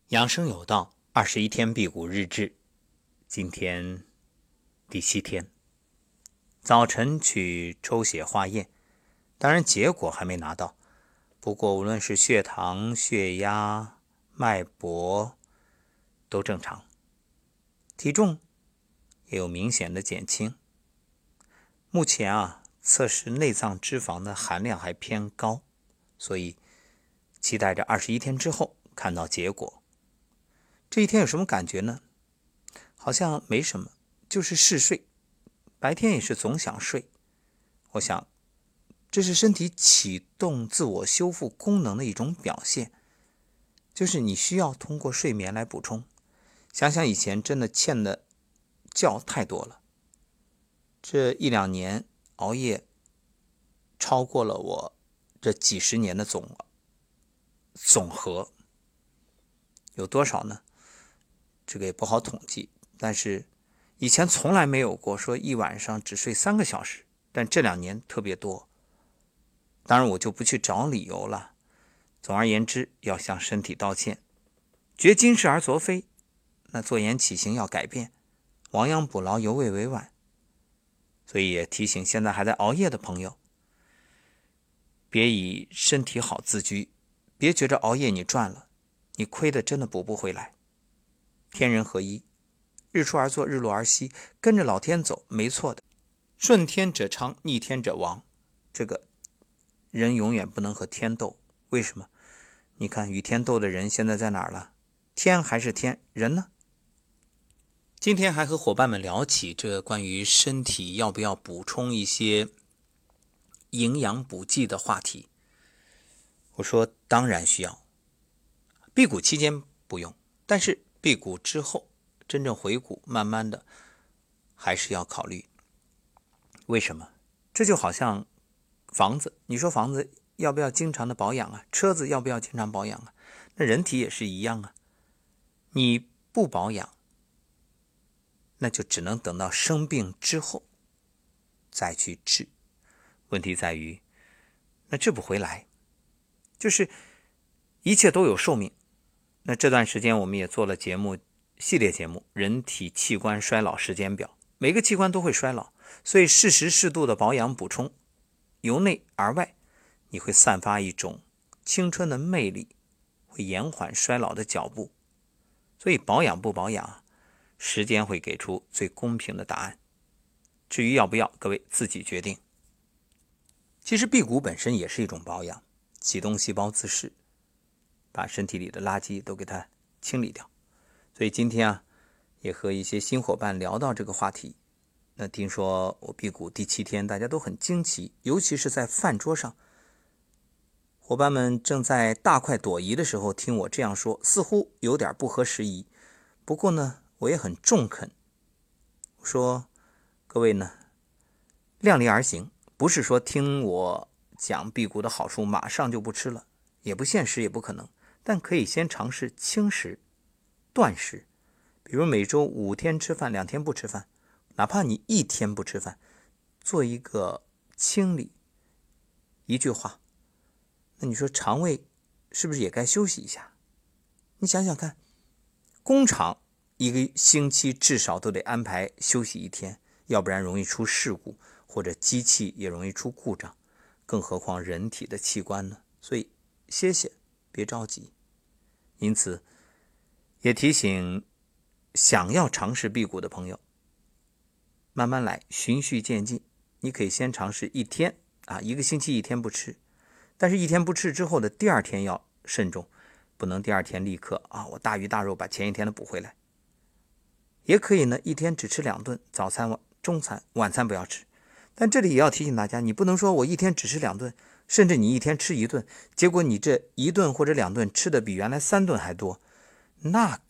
养生有道，21天辟谷日志，今天第7天。早晨去抽血化验，当然结果还没拿到，不过无论是血糖、血压、脉搏都正常，体重也有明显的减轻。目前测试内脏脂肪的含量还偏高，所以期待着21天之后看到结果。这一天有什么感觉呢？好像没什么，就是嗜睡，白天也是总想睡。我想这是身体启动自我修复功能的一种表现，就是你需要通过睡眠来补充。想想以前真的欠的觉太多了，这1-2年熬夜超过了我这几十年的总和，有多少呢？这个也不好统计，但是以前从来没有过说一晚上只睡3个小时，但这2年特别多。当然我就不去找理由了，总而言之要向身体道歉，觉今是而昨非，那坐言起行要改变，亡羊补牢犹未为晚。所以也提醒现在还在熬夜的朋友，别以身体好自居，别觉着熬夜你赚了，你亏的真的补不回来。天人合一，日出而作，日落而息，跟着老天走没错的。顺天者昌，逆天者亡，这个人永远不能和天斗。为什么？你看与天斗的人现在在哪儿了？天还是天，人呢？今天还和伙伴们聊起这关于身体要不要补充一些营养补剂的话题。我说当然需要，辟谷期间不用，但是辟谷之后真正回谷，慢慢的还是要考虑。为什么？这就好像房子，你说房子要不要经常的保养啊？车子要不要经常保养啊？那人体也是一样啊，你不保养，那就只能等到生病之后再去治。问题在于那治不回来，就是一切都有寿命。那这段时间我们也做了系列节目人体器官衰老时间表，每个器官都会衰老，所以适时适度的保养补充，由内而外你会散发一种青春的魅力，会延缓衰老的脚步。所以保养不保养，时间会给出最公平的答案。至于要不要，各位自己决定。其实辟谷本身也是一种保养，启动细胞自噬，把身体里的垃圾都给它清理掉。所以今天也和一些新伙伴聊到这个话题。那听说我辟谷第7天，大家都很惊奇，尤其是在饭桌上，伙伴们正在大快朵颐的时候听我这样说，似乎有点不合时宜。不过呢，我也很中肯，我说各位呢，量力而行，不是说听我讲辟谷的好处马上就不吃了，也不现实，也不可能，但可以先尝试轻食、断食，比如每周5天吃饭，2天不吃饭，哪怕你1天不吃饭，做一个清理。一句话，那你说肠胃是不是也该休息一下？你想想看，工厂1个星期至少都得安排休息1天，要不然容易出事故，或者机器也容易出故障，更何况人体的器官呢？所以歇歇，别着急。因此也提醒想要尝试辟谷的朋友，慢慢来，循序渐进。你可以先尝试1天1个星期1天不吃，但是1天不吃之后的第2天要慎重，不能第2天立刻我大鱼大肉把前1天的补回来。也可以呢，1天只吃2顿，早餐、中餐、晚餐不要吃。但这里也要提醒大家，你不能说我1天只吃2顿，甚至你1天吃1顿，结果你这1顿或者2顿吃的比原来3顿还多，那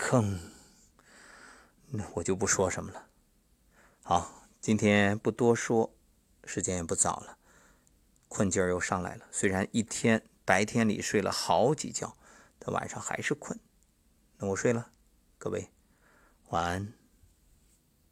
我就不说什么了。好，今天不多说，时间也不早了，困劲儿又上来了。虽然1天白天里睡了好几觉，但晚上还是困。那我睡了，各位晚安。